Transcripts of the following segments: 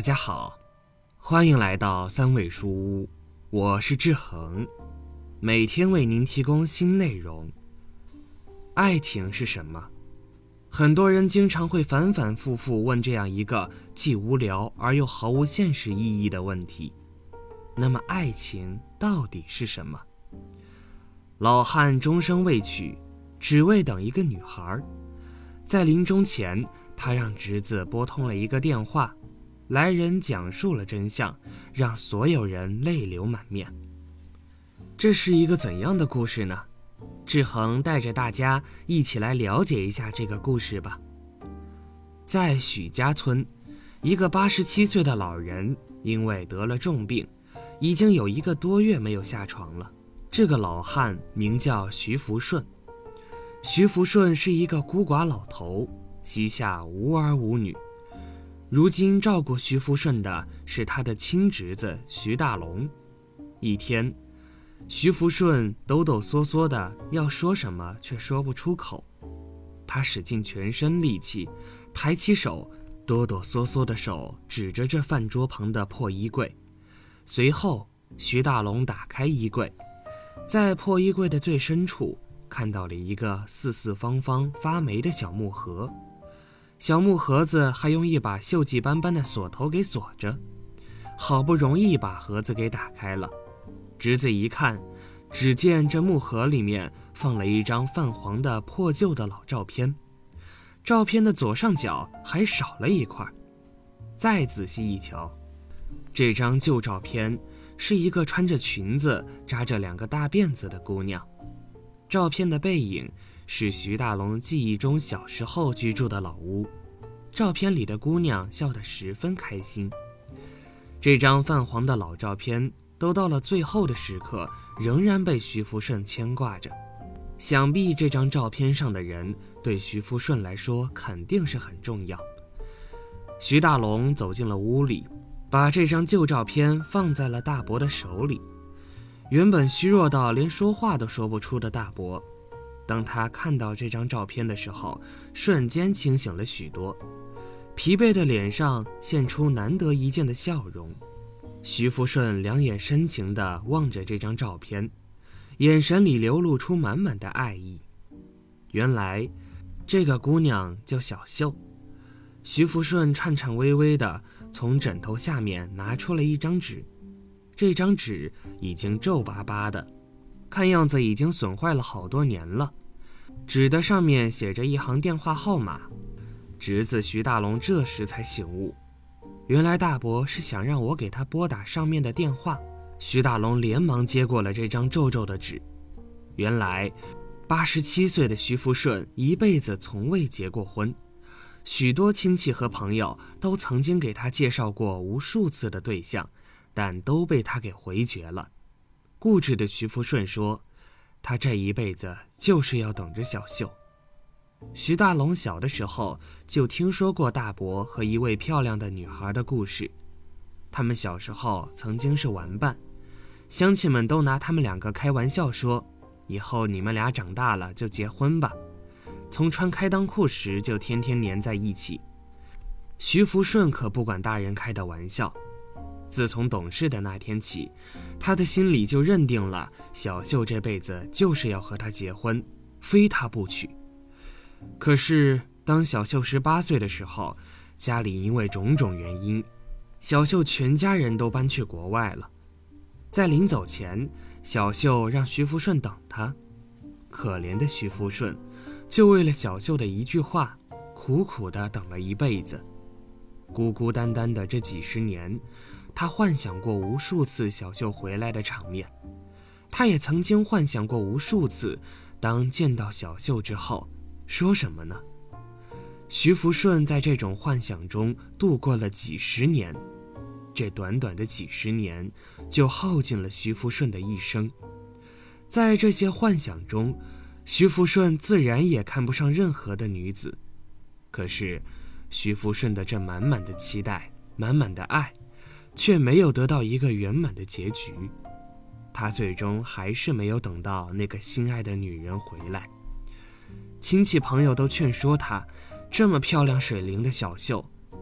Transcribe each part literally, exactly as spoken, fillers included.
家好，欢迎来到三味书屋，我是志恒，每天为您提供新内容。爱情是什么？很多人经常会反反复复问这样一个既无聊而又毫无现实意义的问题。那么爱情到底是什么？老汉终生未娶，只为等一个女孩。在临终前，他让侄子拨通了一个电话，来人讲述了真相，让所有人泪流满面。这是一个怎样的故事呢？志恒带着大家一起来了解一下这个故事吧。在许家村，一个八十七岁的老人因为得了重病，已经有一个多月没有下床了。这个老汉名叫徐福顺。徐福顺是一个孤寡老头，膝下无儿无女。如今照顾徐福顺的是他的亲侄子徐大龙。一天，徐福顺抖抖嗦嗦的要说什么却说不出口，他使尽全身力气，抬起手，哆哆嗦嗦的手指着这饭桌旁的破衣柜。随后徐大龙打开衣柜，在破衣柜的最深处看到了一个四四方方发霉的小木盒，小木盒子还用一把锈迹斑斑的锁头给锁着。好不容易把盒子给打开了，侄子一看，只见这木盒里面放了一张泛黄的破旧的老照片，照片的左上角还少了一块。再仔细一瞧，这张旧照片是一个穿着裙子扎着两个大辫子的姑娘。照片的背影是徐大龙记忆中小时候居住的老屋，照片里的姑娘笑得十分开心。这张泛黄的老照片都到了最后的时刻，仍然被徐福顺牵挂着。想必这张照片上的人对徐福顺来说肯定是很重要。徐大龙走进了屋里，把这张旧照片放在了大伯的手里。原本虚弱到连说话都说不出的大伯，当他看到这张照片的时候，瞬间清醒了许多，疲惫的脸上现出难得一见的笑容。徐福顺两眼深情地望着这张照片，眼神里流露出满满的爱意。原来这个姑娘叫小秀。徐福顺颤颤巍巍地从枕头下面拿出了一张纸，这张纸已经皱巴巴的，看样子已经损坏了好多年了。纸的上面写着一行电话号码。侄子徐大龙这时才醒悟，原来大伯是想让我给他拨打上面的电话。徐大龙连忙接过了这张皱皱的纸。原来八十七岁的徐福顺一辈子从未结过婚，许多亲戚和朋友都曾经给他介绍过无数次的对象，但都被他给回绝了。固执的徐福顺说，他这一辈子就是要等着小秀。徐大龙小的时候就听说过大伯和一位漂亮的女孩的故事，他们小时候曾经是玩伴，乡亲们都拿他们两个开玩笑说，以后你们俩长大了就结婚吧，从穿开裆裤时就天天黏在一起。徐福顺可不管大人开的玩笑，自从懂事的那天起，他的心里就认定了小秀这辈子就是要和他结婚，非他不娶。可是当小秀十八岁的时候，家里因为种种原因，小秀全家人都搬去国外了。在临走前，小秀让徐福顺等她。可怜的徐福顺就为了小秀的一句话，苦苦地等了一辈子。孤孤单单的这几十年，他幻想过无数次小秀回来的场面，他也曾经幻想过无数次，当见到小秀之后说什么呢？徐福顺在这种幻想中度过了几十年，这短短的几十年就耗尽了徐福顺的一生。在这些幻想中，徐福顺自然也看不上任何的女子。可是徐福顺的这满满的期待，满满的爱，却没有得到一个圆满的结局。他最终还是没有等到那个心爱的女人回来。亲戚朋友都劝说他，这么漂亮水灵的小秀，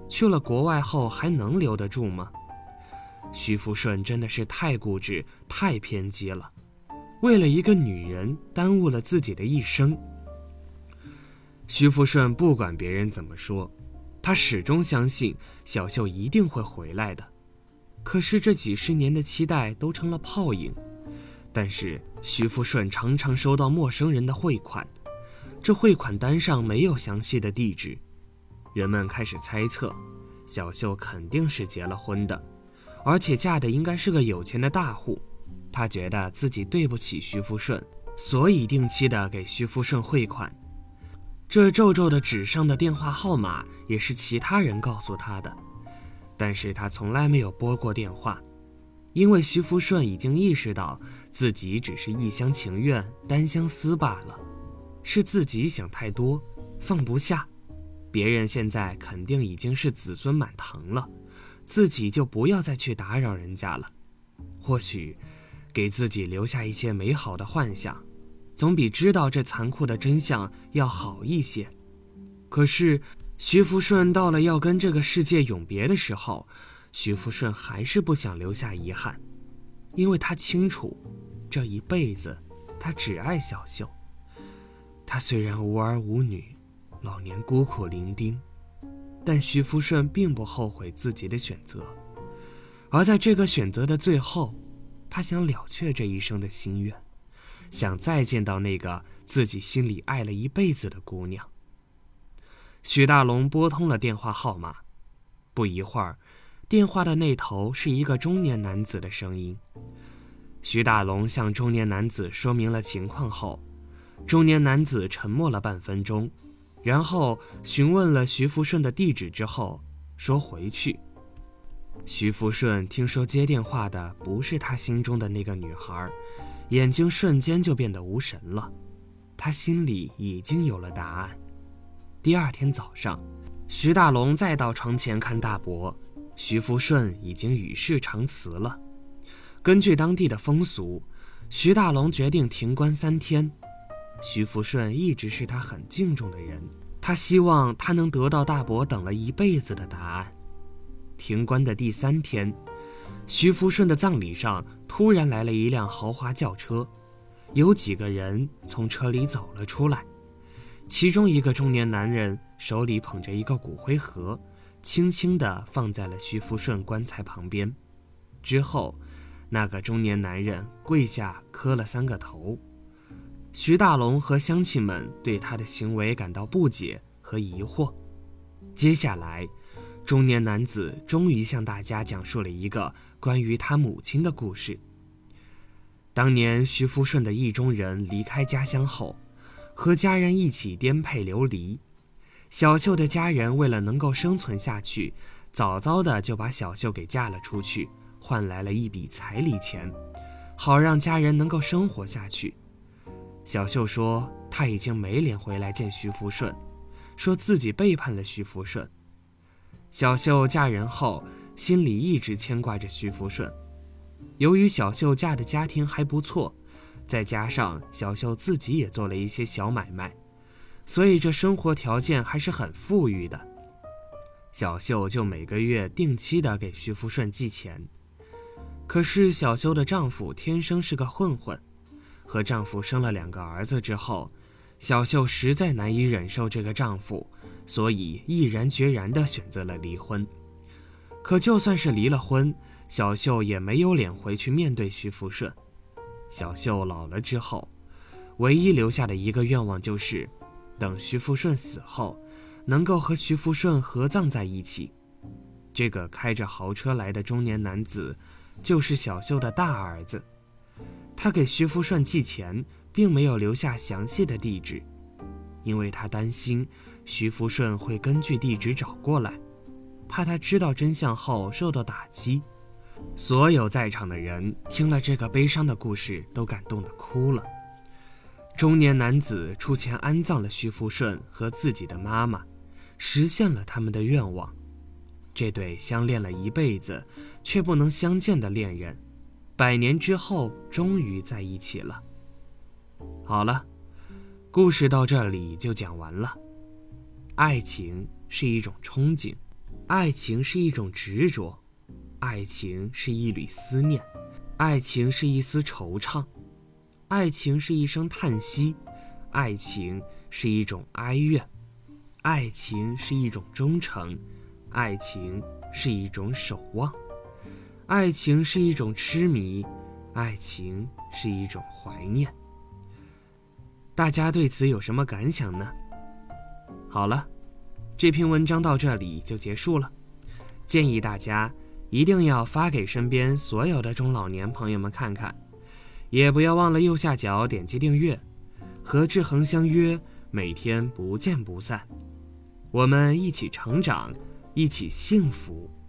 去了国外后还能留得住吗？徐福顺真的是太固执、太偏激了，为了一个女人耽误了自己的一生。徐福顺不管别人怎么说，他始终相信小秀一定会回来的。可是这几十年的期待都成了泡影。但是徐福顺常常收到陌生人的汇款，这汇款单上没有详细的地址，人们开始猜测，小秀肯定是结了婚的，而且嫁的应该是个有钱的大户。他觉得自己对不起徐福顺，所以定期的给徐福顺汇款。这皱皱的纸上的电话号码也是其他人告诉他的，但是他从来没有拨过电话，因为徐福顺已经意识到自己只是一厢情愿、单相思罢了，是自己想太多，放不下。别人现在肯定已经是子孙满堂了，自己就不要再去打扰人家了。或许给自己留下一些美好的幻想，总比知道这残酷的真相要好一些。可是徐福顺到了要跟这个世界永别的时候，徐福顺还是不想留下遗憾，因为他清楚，这一辈子他只爱小秀。他虽然无儿无女，老年孤苦伶仃，但徐福顺并不后悔自己的选择。而在这个选择的最后，他想了却这一生的心愿，想再见到那个自己心里爱了一辈子的姑娘。许大龙拨通了电话号码，不一会儿，电话的那头是一个中年男子的声音。徐大龙向中年男子说明了情况后，中年男子沉默了半分钟，然后询问了徐福顺的地址之后说回去。徐福顺听说接电话的不是他心中的那个女孩，眼睛瞬间就变得无神了。他心里已经有了答案。第二天早上，徐大龙再到床前看大伯，徐福顺已经与世长辞了。根据当地的风俗，徐大龙决定停关三天。徐福顺一直是他很敬重的人，他希望他能得到大伯等了一辈子的答案。停关的第三天，徐福顺的葬礼上突然来了一辆豪华轿车，有几个人从车里走了出来，其中一个中年男人手里捧着一个骨灰盒，轻轻地放在了徐福顺棺材旁边。之后，那个中年男人跪下磕了三个头。徐大龙和乡亲们对他的行为感到不解和疑惑。接下来，中年男子终于向大家讲述了一个关于他母亲的故事。当年徐福顺的意中人离开家乡后，和家人一起颠沛流离。小秀的家人为了能够生存下去，早早的就把小秀给嫁了出去，换来了一笔彩礼钱，好让家人能够生活下去。小秀说她已经没脸回来见徐福顺，说自己背叛了徐福顺。小秀嫁人后，心里一直牵挂着徐福顺。由于小秀嫁的家庭还不错，再加上小秀自己也做了一些小买卖，所以这生活条件还是很富裕的。小秀就每个月定期的给徐福顺寄钱。可是小秀的丈夫天生是个混混，和丈夫生了两个儿子之后，小秀实在难以忍受这个丈夫，所以毅然决然地选择了离婚。可就算是离了婚，小秀也没有脸回去面对徐福顺。小秀老了之后，唯一留下的一个愿望就是，等徐福顺死后，能够和徐福顺合葬在一起。这个开着豪车来的中年男子，就是小秀的大儿子。他给徐福顺寄钱，并没有留下详细的地址，因为他担心徐福顺会根据地址找过来，怕他知道真相后受到打击。所有在场的人听了这个悲伤的故事，都感动得哭了。中年男子出钱安葬了徐福顺和自己的妈妈，实现了他们的愿望。这对相恋了一辈子却不能相见的恋人，百年之后终于在一起了。好了，故事到这里就讲完了。爱情是一种憧憬， 爱情是一种执着，爱情是一缕思念，爱情是一丝惆怅，爱情是一声叹息，爱情是一种哀怨，爱情是一种忠诚，爱情是一种守望，爱情是一种痴迷，爱情是一种怀念。大家对此有什么感想呢？好了，这篇文章到这里就结束了，建议大家一定要发给身边所有的中老年朋友们看看，也不要忘了右下角点击订阅，和志恒相约，每天不见不散。我们一起成长，一起幸福。